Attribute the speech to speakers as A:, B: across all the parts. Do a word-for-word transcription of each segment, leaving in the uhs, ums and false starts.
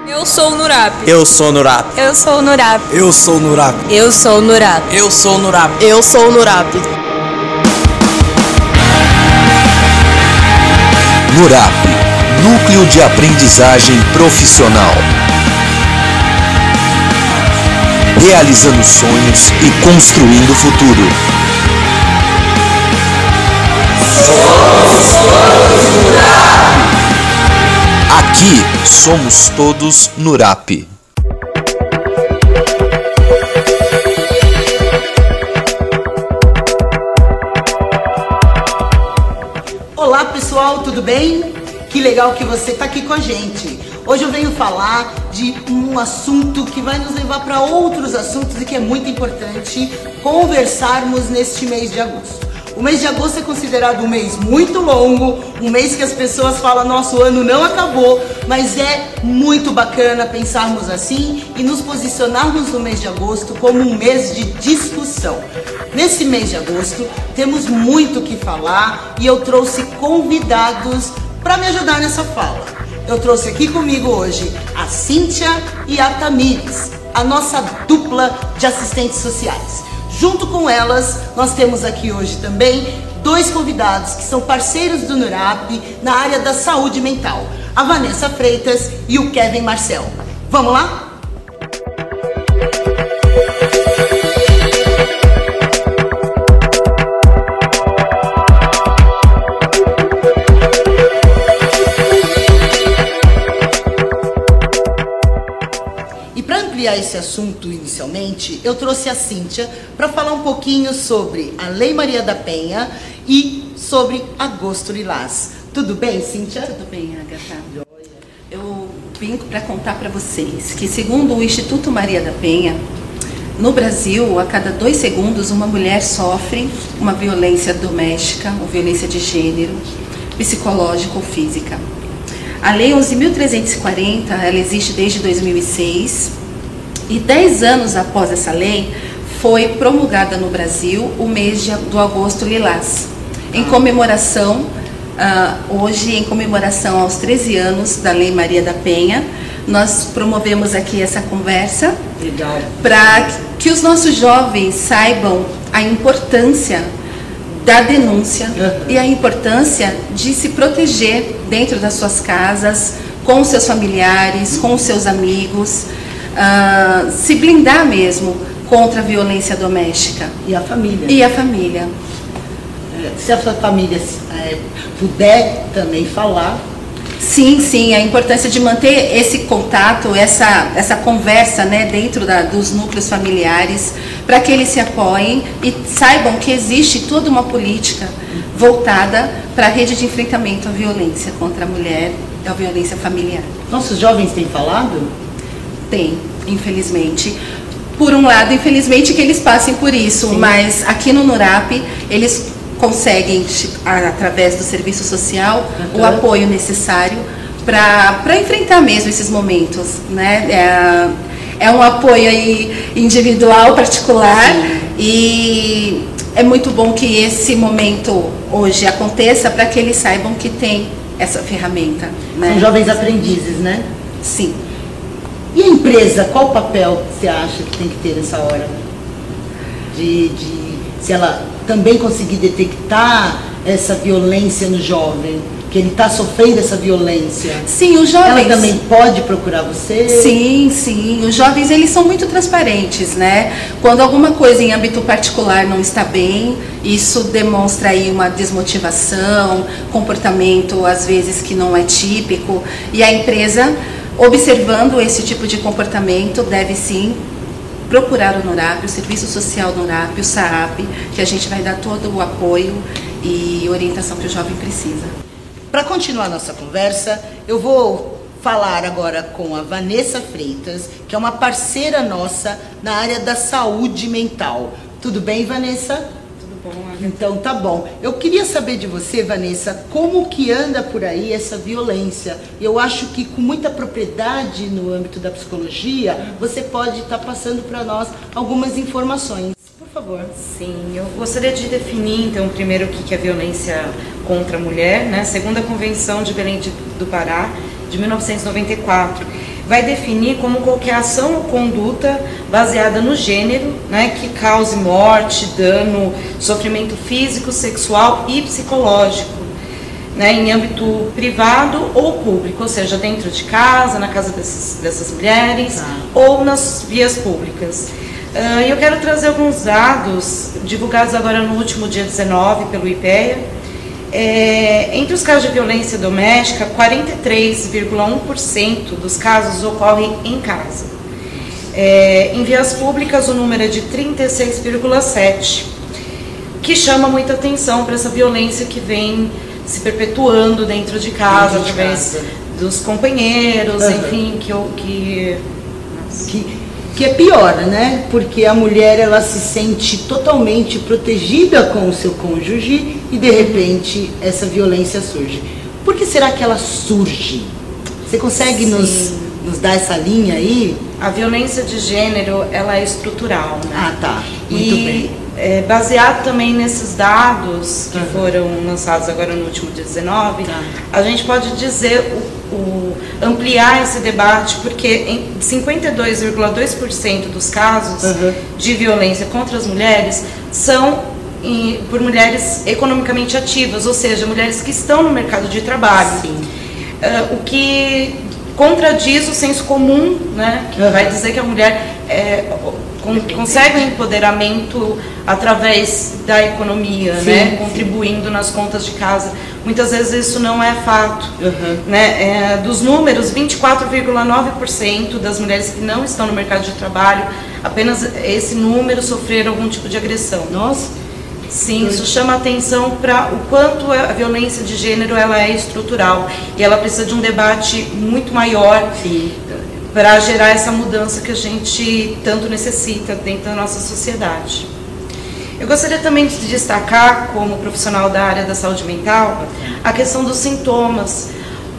A: Eu sou Nurap.
B: Eu sou Nurap.
A: Eu sou Nurap.
B: Eu sou Nurap.
A: Eu sou Nurap.
B: Eu sou Nurap.
A: Eu sou Nurap.
C: Nurap, Núcleo de Aprendizagem Profissional. Realizando sonhos e construindo o futuro. Somos todos Nurap. Aqui somos todos Nurap.
D: Olá pessoal, tudo bem? Que legal que você está aqui com a gente. Hoje eu venho falar de um assunto que vai nos levar para outros assuntos e que é muito importante conversarmos neste mês de agosto. O mês de agosto é considerado um mês muito longo, um mês que as pessoas falam, nosso ano não acabou, mas é muito bacana pensarmos assim e nos posicionarmos no mês de agosto como um mês de discussão. Nesse mês de agosto temos muito o que falar e eu trouxe convidados para me ajudar nessa fala. Eu trouxe aqui comigo hoje a Cíntia e a Tamires, a nossa dupla de assistentes sociais. Junto com elas, nós temos aqui hoje também dois convidados que são parceiros do Nurap na área da saúde mental, a Vanessa Freitas e o Kevin Marcel. Vamos lá? Esse assunto inicialmente, eu trouxe a Cíntia para falar um pouquinho sobre a Lei Maria da Penha e sobre Agosto Lilás. Tudo bem, Cíntia?
E: Tudo bem, Agatha. Eu vim para contar para vocês que, segundo o Instituto Maria da Penha, no Brasil, a cada dois segundos, uma mulher sofre uma violência doméstica ou violência de gênero, psicológica ou física. A Lei onze mil trezentos e quarenta, ela existe desde dois mil e seis. E dez anos após essa lei, foi promulgada no Brasil o mês de, do Agosto Lilás. Em comemoração, uh, hoje, em comemoração aos treze anos da Lei Maria da Penha, nós promovemos aqui essa conversa para que os nossos jovens saibam a importância da denúncia uhum. e a importância de se proteger dentro das suas casas, com os seus familiares, com os seus amigos. Uh, se blindar mesmo contra a violência doméstica.
D: E a família.
E: E a família.
D: É, se a sua família é, puder também falar.
E: Sim, sim, a importância de manter esse contato, essa, essa conversa, né, dentro da, dos núcleos familiares, para que eles se apoiem e saibam que existe toda uma política voltada para a rede de enfrentamento à violência contra a mulher e à violência familiar.
D: Nossos jovens têm falado?
E: Tem, infelizmente. Por um lado, infelizmente que eles passem por isso, sim, mas aqui no Nurap eles conseguem, através do serviço social, uhum. o apoio necessário para enfrentar mesmo esses momentos, né? É, é um apoio aí individual, particular, sim, e é muito bom que esse momento hoje aconteça para que eles saibam que tem essa ferramenta, né?
D: São jovens aprendizes, né?
E: Sim.
D: E a empresa, qual papel você acha que tem que ter nessa hora? De, de se ela também conseguir detectar essa violência no jovem, que ele está sofrendo essa violência.
E: Sim, os jovens...
D: Ela também pode procurar você?
E: Sim, sim. Os jovens, eles são muito transparentes, né? Quando alguma coisa em âmbito particular não está bem, isso demonstra aí uma desmotivação, comportamento, às vezes, que não é típico. E a empresa, observando esse tipo de comportamento, deve sim procurar o Nurap, o Serviço Social do Nurap, o SAAP, que a gente vai dar todo o apoio e orientação que o jovem precisa.
D: Para continuar nossa conversa, eu vou falar agora com a Vanessa Freitas, que é uma parceira nossa na área da saúde mental. Tudo bem, Vanessa?
E: Tudo bom, Ana.
D: Então tá bom. Eu queria saber de você, Vanessa, como que anda por aí essa violência. Eu acho que com muita propriedade no âmbito da psicologia, você pode estar passando para nós algumas informações. Por favor.
F: Sim, eu gostaria de definir, então, primeiro o que é violência contra a mulher, né? Segundo a Convenção de Belém do Pará, de mil novecentos e noventa e quatro, vai definir como qualquer ação ou conduta baseada no gênero, né, que cause morte, dano, sofrimento físico, sexual e psicológico, né, em âmbito privado ou público, ou seja, dentro de casa, na casa desses, dessas mulheres, ah. ou nas vias públicas. Uh, eu quero trazer alguns dados divulgados agora no último dia dezenove pelo IPEA. É, entre os casos de violência doméstica, quarenta e três vírgula um por cento dos casos ocorrem em casa. É, em vias públicas, o número é de trinta e seis vírgula sete por cento, que chama muita atenção para essa violência que vem se perpetuando dentro de casa, dentro de através casa. dos companheiros, uhum. enfim, que... que,
D: que Que é pior, né? Porque a mulher, ela se sente totalmente protegida com o seu cônjuge e, de repente, essa violência surge. Por que será que ela surge? Você consegue nos, nos dar essa linha aí?
F: A violência de gênero, ela é estrutural, né?
D: Ah, tá. Muito
F: e,
D: bem.
F: É, baseado também nesses dados que uhum. foram lançados agora no último dia dezenove, tá. a gente pode dizer... o O, ampliar esse debate, porque em cinquenta e dois vírgula dois por cento dos casos uhum. de violência contra as mulheres são em, por mulheres economicamente ativas, ou seja, mulheres que estão no mercado de trabalho. Uh, o que contradiz o senso comum, né, que uhum. vai dizer que a mulher é, con consegue um empoderamento através da economia, sim, né, contribuindo nas contas de casa. Muitas vezes isso não é fato. Uhum. Né? É, dos números, vinte e quatro vírgula nove por cento das mulheres que não estão no mercado de trabalho, apenas esse número sofreram algum tipo de agressão.
D: Nossa!
F: Sim, isso chama atenção para o quanto a violência de gênero ela é estrutural e ela precisa de um debate muito maior para gerar essa mudança que a gente tanto necessita dentro da nossa sociedade. Eu gostaria também de destacar, como profissional da área da saúde mental, a questão dos sintomas,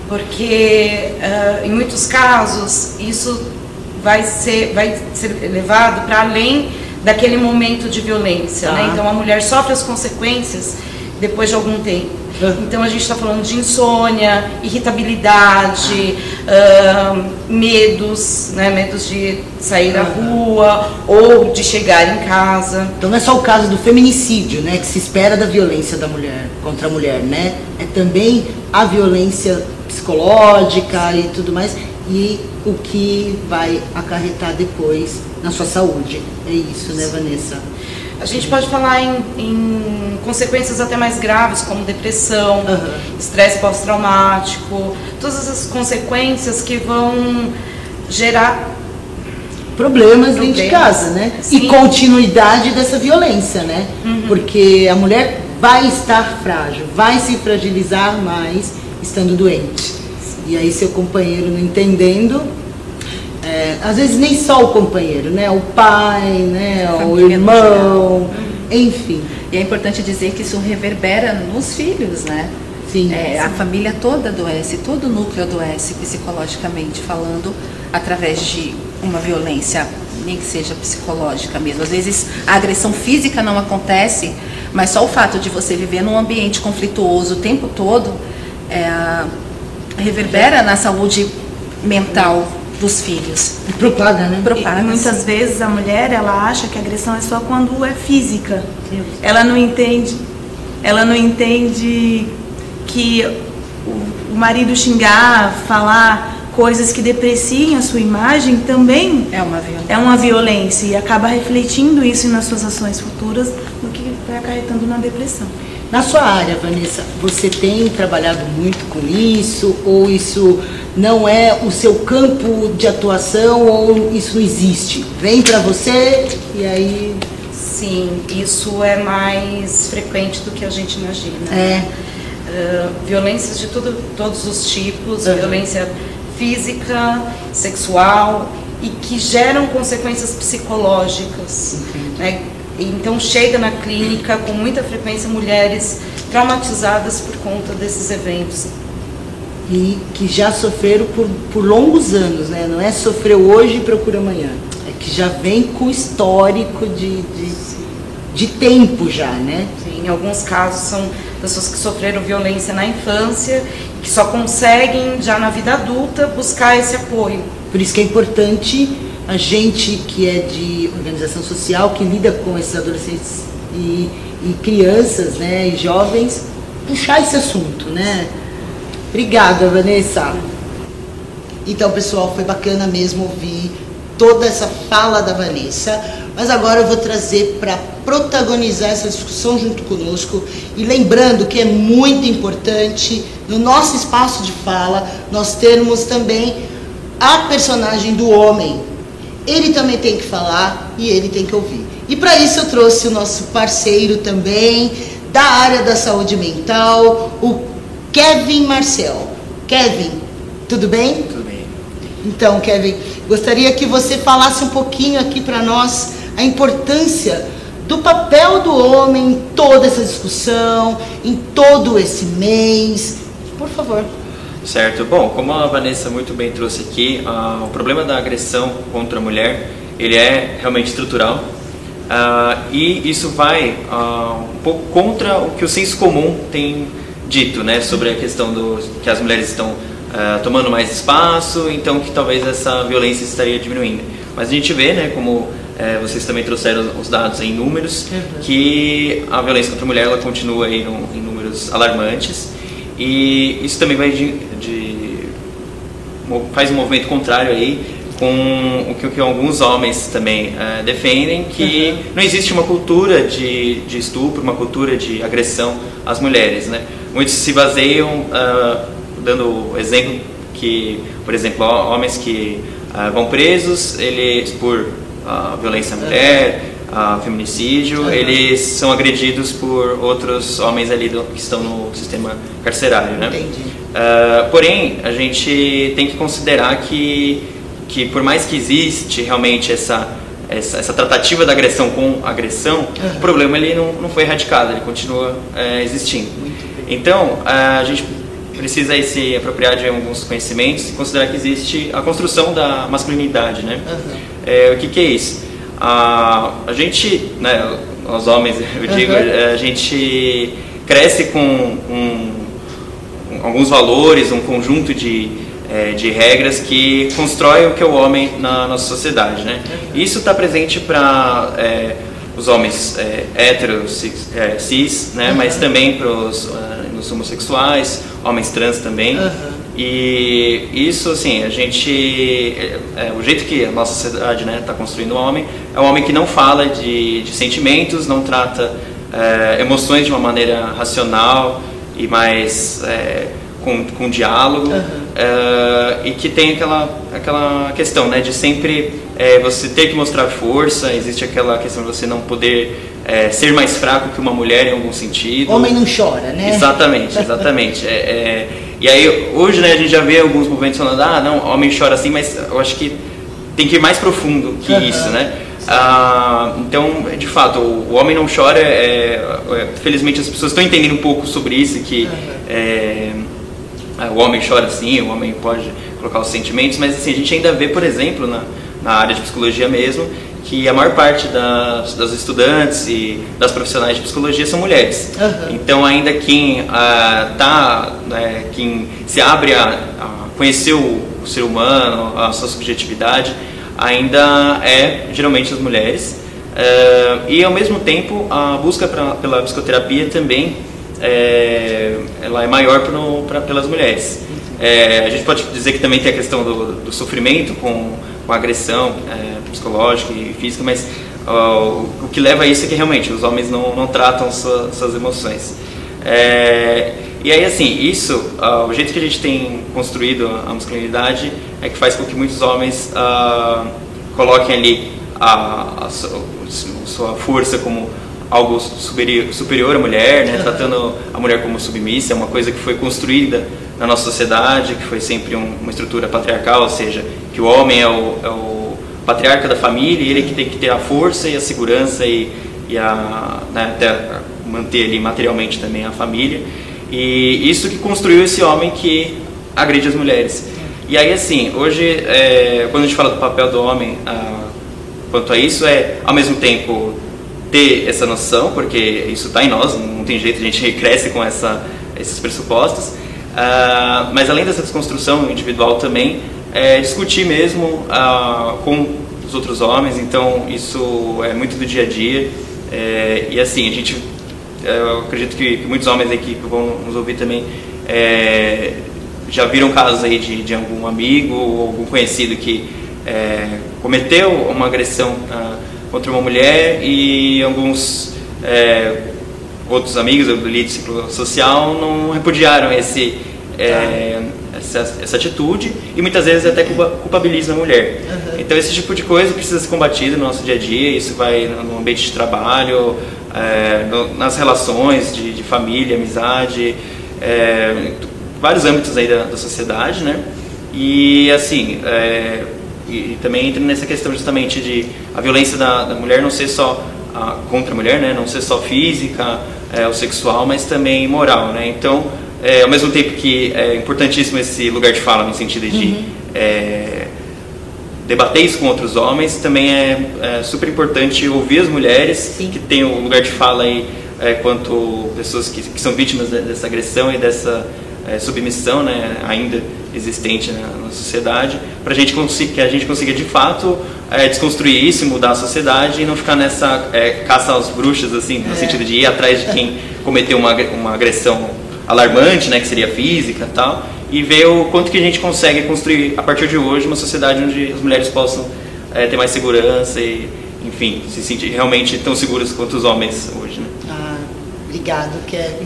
F: porque uh, em muitos casos isso vai ser, vai ser levado para além daquele momento de violência, tá. né? Então a mulher sofre as consequências depois de algum tempo. Então a gente está falando de insônia, irritabilidade, uh, medos, né? medos de sair à rua ou de chegar em casa.
D: Então não é só o caso do feminicídio, né, que se espera da violência da mulher contra a mulher, né? É também a violência psicológica e tudo mais, e o que vai acarretar depois na sua saúde. É isso, né, Vanessa?
F: A gente pode falar em, em consequências até mais graves, como depressão, estresse uhum. pós-traumático, todas essas consequências que vão gerar
D: problemas, problemas dentro de casa, né? Sim. E continuidade dessa violência, né? Uhum. Porque a mulher vai estar frágil, vai se fragilizar mais estando doente. E aí seu companheiro não entendendo, é, às vezes nem só o companheiro, né? O pai, né? O irmão, enfim.
E: E é importante dizer que isso reverbera nos filhos, né?
D: Sim,
E: é,
D: sim.
E: A família toda adoece, todo o núcleo adoece psicologicamente falando, através de uma violência, nem que seja psicológica mesmo. Às vezes a agressão física não acontece, mas só o fato de você viver num ambiente conflituoso o tempo todo é, reverbera na saúde mental dos filhos.
D: E propaga, né?
G: Propaga. E muitas vezes a mulher, ela acha que a agressão é só quando é física. Ela não entende, ela não entende que o, o marido xingar, falar coisas que depreciem a sua imagem também
E: é uma violência.
G: É uma violência e acaba refletindo isso nas suas ações futuras, no que vai acarretando na depressão.
D: Na sua área, Vanessa, você tem trabalhado muito com isso, ou isso não é o seu campo de atuação, ou isso não existe? Vem para você e aí...
F: Sim, isso é mais frequente do que a gente imagina.
D: É.
F: Uh, violências de tudo, todos os tipos, uhum. violência física, sexual, e que geram consequências psicológicas, uhum. né? Então chega na clínica com muita frequência mulheres traumatizadas por conta desses eventos.
D: E que já sofreram por, por longos anos, né? Não é sofreu hoje e procura amanhã. É que já vem com histórico de, de, de tempo já, né?
F: Sim, em alguns casos são pessoas que sofreram violência na infância, que só conseguem já na vida adulta buscar esse apoio.
D: Por isso que é importante a gente que é de organização social, que lida com esses adolescentes e, e crianças, né, e jovens, puxar esse assunto, né? Obrigada, Vanessa. Então, pessoal, foi bacana mesmo ouvir toda essa fala da Vanessa, mas agora eu vou trazer para protagonizar essa discussão junto conosco, e lembrando que é muito importante no nosso espaço de fala nós termos também a personagem do homem. Ele também tem que falar e ele tem que ouvir. E para isso eu trouxe o nosso parceiro também da área da saúde mental, o Kevin Marcel. Kevin, tudo bem?
H: Tudo bem.
D: Então, Kevin, gostaria que você falasse um pouquinho aqui para nós a importância do papel do homem em toda essa discussão, em todo esse mês. Por favor.
H: Certo. Bom, como a Vanessa muito bem trouxe aqui, uh, o problema da agressão contra a mulher, ele é realmente estrutural. Uh, e isso vai uh, um pouco contra o que o senso comum tem dito, né, sobre a questão do que as mulheres estão uh, tomando mais espaço, então que talvez essa violência estaria diminuindo. Mas a gente vê, né, como uh, vocês também trouxeram os dados em números, uhum. que a violência contra a mulher ela continua aí no, em números alarmantes, e isso também vai de, de faz um movimento contrário aí com o que, o que alguns homens também uh, defendem, que uhum. não existe uma cultura de, de estupro, uma cultura de agressão às mulheres, né? Muitos se baseiam, uh, dando exemplo que, por exemplo, homens que uh, vão presos, eles por uh, violência à mulher, uh, feminicídio, uhum. eles são agredidos por outros homens ali do, que estão no sistema carcerário, né?
D: Entendi.
H: Uh, porém, a gente tem que considerar que que por mais que existe realmente essa, essa, essa tratativa da agressão com agressão, uhum. o problema ele não, não foi erradicado, ele continua é, existindo. Então, a gente precisa aí se apropriar de alguns conhecimentos e considerar que existe a construção da masculinidade, né? Uhum. É, o que, que é isso? A, a gente, né, os homens, eu digo, uhum. a gente cresce com um, alguns valores, um conjunto de É, de regras que constrói o que é o homem na nossa sociedade, né? Isso está presente para é, os homens é, héteros, cis, é, cis né? Uhum. Mas também para os uh, homossexuais, homens trans também. Uhum. E isso, assim, a gente, é, é, o jeito que a nossa sociedade, né, está construindo o homem é um homem que não fala de, de sentimentos, não trata é, emoções de uma maneira racional e mais é, com, com diálogo. Uhum. Uh, e que tem aquela, aquela questão, né, de sempre é, você ter que mostrar força, existe aquela questão de você não poder é, ser mais fraco que uma mulher em algum sentido.
D: Homem não chora, né?
H: Exatamente, exatamente. é, é, e aí hoje, né, a gente já vê alguns movimentos falando, ah, não, homem chora assim, mas eu acho que tem que ir mais profundo que uhum. isso, né? Uh, então, de fato, o, o homem não chora, é, é, felizmente as pessoas estão entendendo um pouco sobre isso, que uhum. é, o homem chora sim, o homem pode colocar os sentimentos, mas assim, a gente ainda vê, por exemplo, na, na área de psicologia mesmo, que a maior parte das, das estudantes e das profissionais de psicologia são mulheres. Uhum. Então ainda quem, ah, tá, né, quem se abre a, a conhecer o, o ser humano, a sua subjetividade, ainda é geralmente as mulheres. Uh, e ao mesmo tempo a busca pra, pela psicoterapia também É, ela é maior pro, pra, pelas mulheres. É, a gente pode dizer que também tem a questão do, do sofrimento com, com agressão é, psicológica e física, mas uh, o, o que leva a isso é que realmente os homens não, não tratam sua, suas emoções. É, e aí, assim, isso, uh, o jeito que a gente tem construído a, a masculinidade é que faz com que muitos homens uh, coloquem ali a, a, sua, a sua força como algo superior, superior à mulher, né? Tratando a mulher como submissa, é uma coisa que foi construída na nossa sociedade, que foi sempre um, uma estrutura patriarcal, ou seja, que o homem é o, é o patriarca da família e ele que tem que ter a força e a segurança e, e a, né, até manter ali materialmente também a família. E isso que construiu esse homem que agride as mulheres. E aí, assim, hoje, é, quando a gente fala do papel do homem ah, quanto a isso, é, ao mesmo tempo, ter essa noção, porque isso está em nós, não tem jeito, a gente cresce com essa, esses pressupostos, uh, mas além dessa desconstrução individual também, é, discutir mesmo uh, com os outros homens. Então isso é muito do dia a dia. É, e assim, a gente, eu acredito que, que muitos homens aqui que vão nos ouvir também é, já viram casos aí de, de algum amigo ou algum conhecido que é, cometeu uma agressão uh, contra uma mulher, e alguns é, outros amigos do líder ciclo social não repudiaram esse, é, essa, essa atitude, e muitas vezes até culpabilizam a mulher. Uhum. Então esse tipo de coisa precisa ser combatido no nosso dia a dia. Isso vai no ambiente de trabalho, é, no, nas relações de, de família, amizade, é, vários âmbitos aí da, da sociedade, né? E assim, é, e também entra nessa questão justamente de a violência da, da mulher não ser só a, contra a mulher, né? Não ser só física, é, ou sexual, mas também moral, né? Então, é, ao mesmo tempo que é importantíssimo esse lugar de fala no sentido de uhum. é, debater isso com outros homens, também é, é super importante ouvir as mulheres Sim. que têm o lugar de fala aí, é, quanto pessoas que, que são vítimas dessa agressão e dessa é, submissão, né, ainda existente na, na sociedade, para gente que a gente consiga de fato é, desconstruir isso e mudar a sociedade, e não ficar nessa é, caça às bruxas, assim, no é. sentido de ir atrás de quem cometeu uma, uma agressão alarmante, né, que seria física e tal, e ver o quanto que a gente consegue construir a partir de hoje uma sociedade onde as mulheres possam é, ter mais segurança e, enfim, se sentir realmente tão seguras quanto os homens hoje, né?
D: Ah, obrigado, Kevin.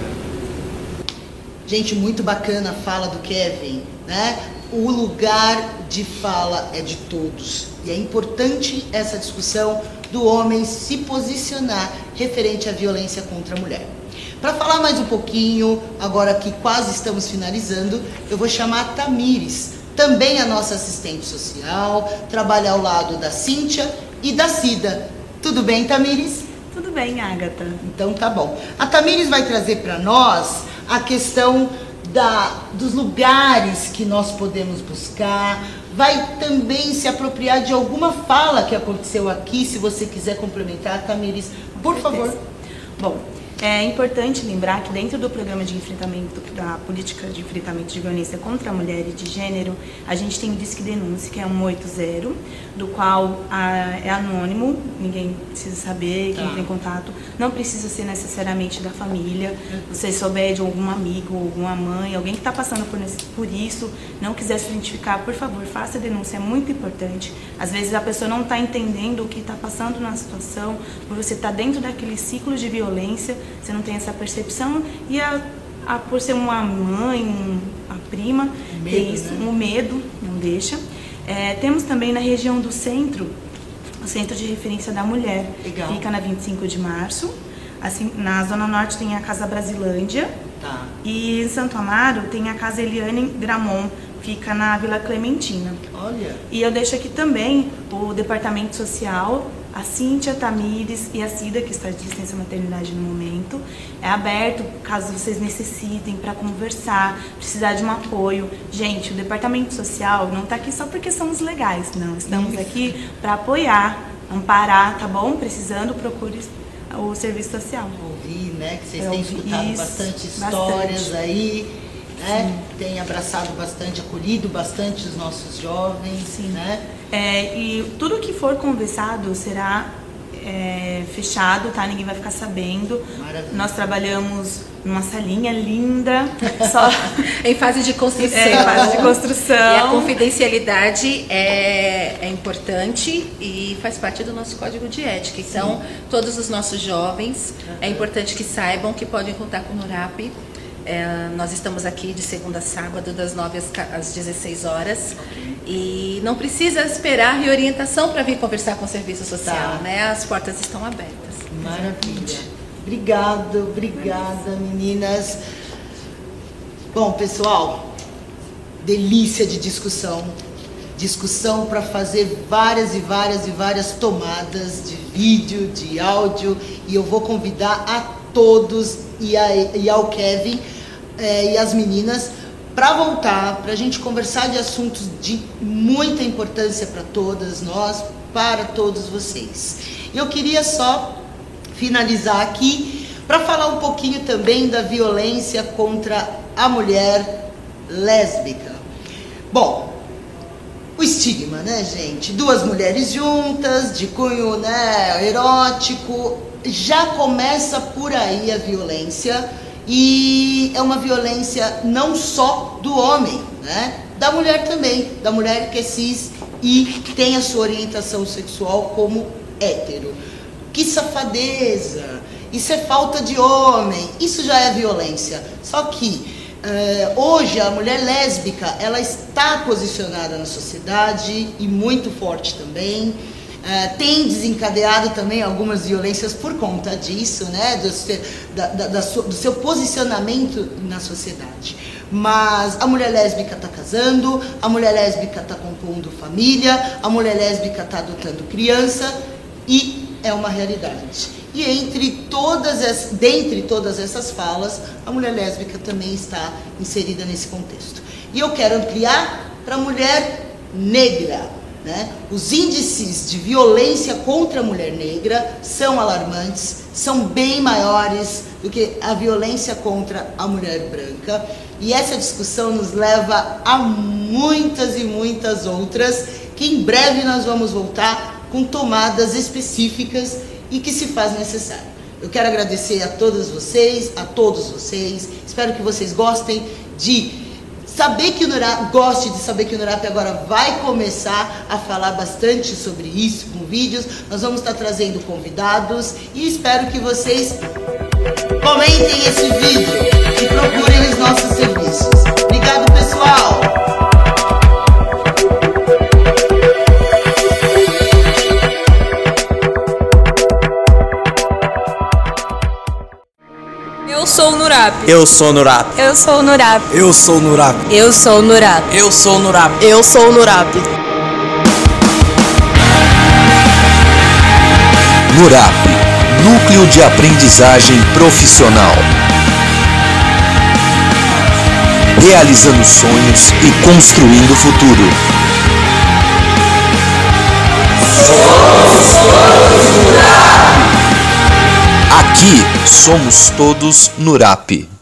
D: Gente, muito bacana a fala do Kevin, né? O lugar de fala é de todos, e é importante essa discussão do homem se posicionar referente à violência contra a mulher. Para falar mais um pouquinho, agora que quase estamos finalizando, eu vou chamar a Tamires, também a nossa assistente social, trabalha ao lado da Cíntia e da Cida. Tudo bem, Tamires?
G: Tudo bem, Ágata.
D: Então tá bom. A Tamires vai trazer para nós a questão da, dos lugares que nós podemos buscar, vai também se apropriar de alguma fala que aconteceu aqui, se você quiser complementar, Tamires, por favor.
G: Bom, é importante lembrar que dentro do programa de enfrentamento, da política de enfrentamento de violência contra a mulher e de gênero, a gente tem o Disque Denúncia, que é um oito zero, do qual a, é anônimo, ninguém precisa saber, quem tá. entra em contato, não precisa ser necessariamente da família. Se você souber de algum amigo, alguma mãe, alguém que está passando por, por isso, não quiser se identificar, por favor, faça a denúncia, é muito importante. Às vezes a pessoa não está entendendo o que está passando na situação, por você estar tá dentro daquele ciclo de violência, você não tem essa percepção, e a, a, por ser uma mãe, um, a prima, medo, tem isso, né? O medo, não deixa. É, temos também na região do centro, o Centro de Referência da Mulher. Legal. Fica na vinte e cinco de março. Assim, na Zona Norte tem a Casa Brasilândia. Tá. E em Santo Amaro tem a Casa Eliane Gramont, fica na Vila Clementina. Olha. E eu deixo aqui também o Departamento Social, a Cíntia, a Tamires e a Cida, que está de licença maternidade no momento. É aberto caso vocês necessitem para conversar, precisar de um apoio. Gente, o Departamento Social não está aqui só porque somos legais, não. Estamos Isso. aqui para apoiar, amparar, tá bom? Precisando, procure o serviço social.
D: Ouvir, né? Que vocês têm escutado isso, bastante histórias bastante. aí, né? Tem abraçado bastante, acolhido bastante os nossos jovens, Sim. né?
G: É, e tudo que for conversado será é, fechado, tá? Ninguém vai ficar sabendo. Maravilha. Nós trabalhamos numa salinha linda, só
E: em fase de construção.
G: É, em fase de construção.
E: E a confidencialidade é, é importante e faz parte do nosso código de ética. Então, Sim. todos os nossos jovens, uhum. é importante que saibam que podem contar com o NURAP. É, nós estamos aqui de segunda a sábado, das nove às dezesseis horas. Okay. E não precisa esperar reorientação para vir conversar com o serviço social, tá. né? As portas estão abertas.
D: Maravilha. Obrigada, obrigada, meninas. Bom, pessoal, delícia de discussão. Discussão para fazer várias e várias e várias tomadas de vídeo, de áudio. E eu vou convidar a todos e, a, e ao Kevin é, e as meninas para voltar, para a gente conversar de assuntos de muita importância para todas nós, para todos vocês. Eu queria só finalizar aqui para falar um pouquinho também da violência contra a mulher lésbica. Bom, o estigma, né, gente? Duas mulheres juntas, de cunho, né, erótico, já começa por aí a violência, e é uma violência não só do homem, né, da mulher também, da mulher que é cis e tem a sua orientação sexual como hétero. Que safadeza! Isso é falta de homem, isso já é violência. Só que Uh, hoje a mulher lésbica, ela está posicionada na sociedade e muito forte também, uh, tem desencadeado também algumas violências por conta disso, né, do, da, da, da, do seu posicionamento na sociedade. Mas a mulher lésbica está casando, a mulher lésbica está compondo família, a mulher lésbica está adotando criança e é uma realidade. E entre todas as, dentre todas essas falas, a mulher lésbica também está inserida nesse contexto. E eu quero ampliar para a mulher negra, né? Os índices de violência contra a mulher negra são alarmantes, são bem maiores do que a violência contra a mulher branca. E essa discussão nos leva a muitas e muitas outras, que em breve nós vamos voltar com tomadas específicas e que se faz necessário. Eu quero agradecer a todas vocês, a todos vocês. Espero que vocês gostem de saber que o NURAP, goste de saber que o NURAP agora vai começar a falar bastante sobre isso com vídeos. Nós vamos estar trazendo convidados e espero que vocês comentem esse vídeo e procurem os nossos serviços. Obrigado, pessoal!
A: Eu sou o NURAP.
B: Eu sou o NURAP.
A: Eu sou o NURAP.
B: Eu sou o NURAP.
A: Eu sou o NURAP.
B: Eu sou o NURAP.
A: Eu sou o NURAP.
C: NURAP, Núcleo de Aprendizagem Profissional. Realizando sonhos e construindo o futuro. Aqui somos todos NURAP.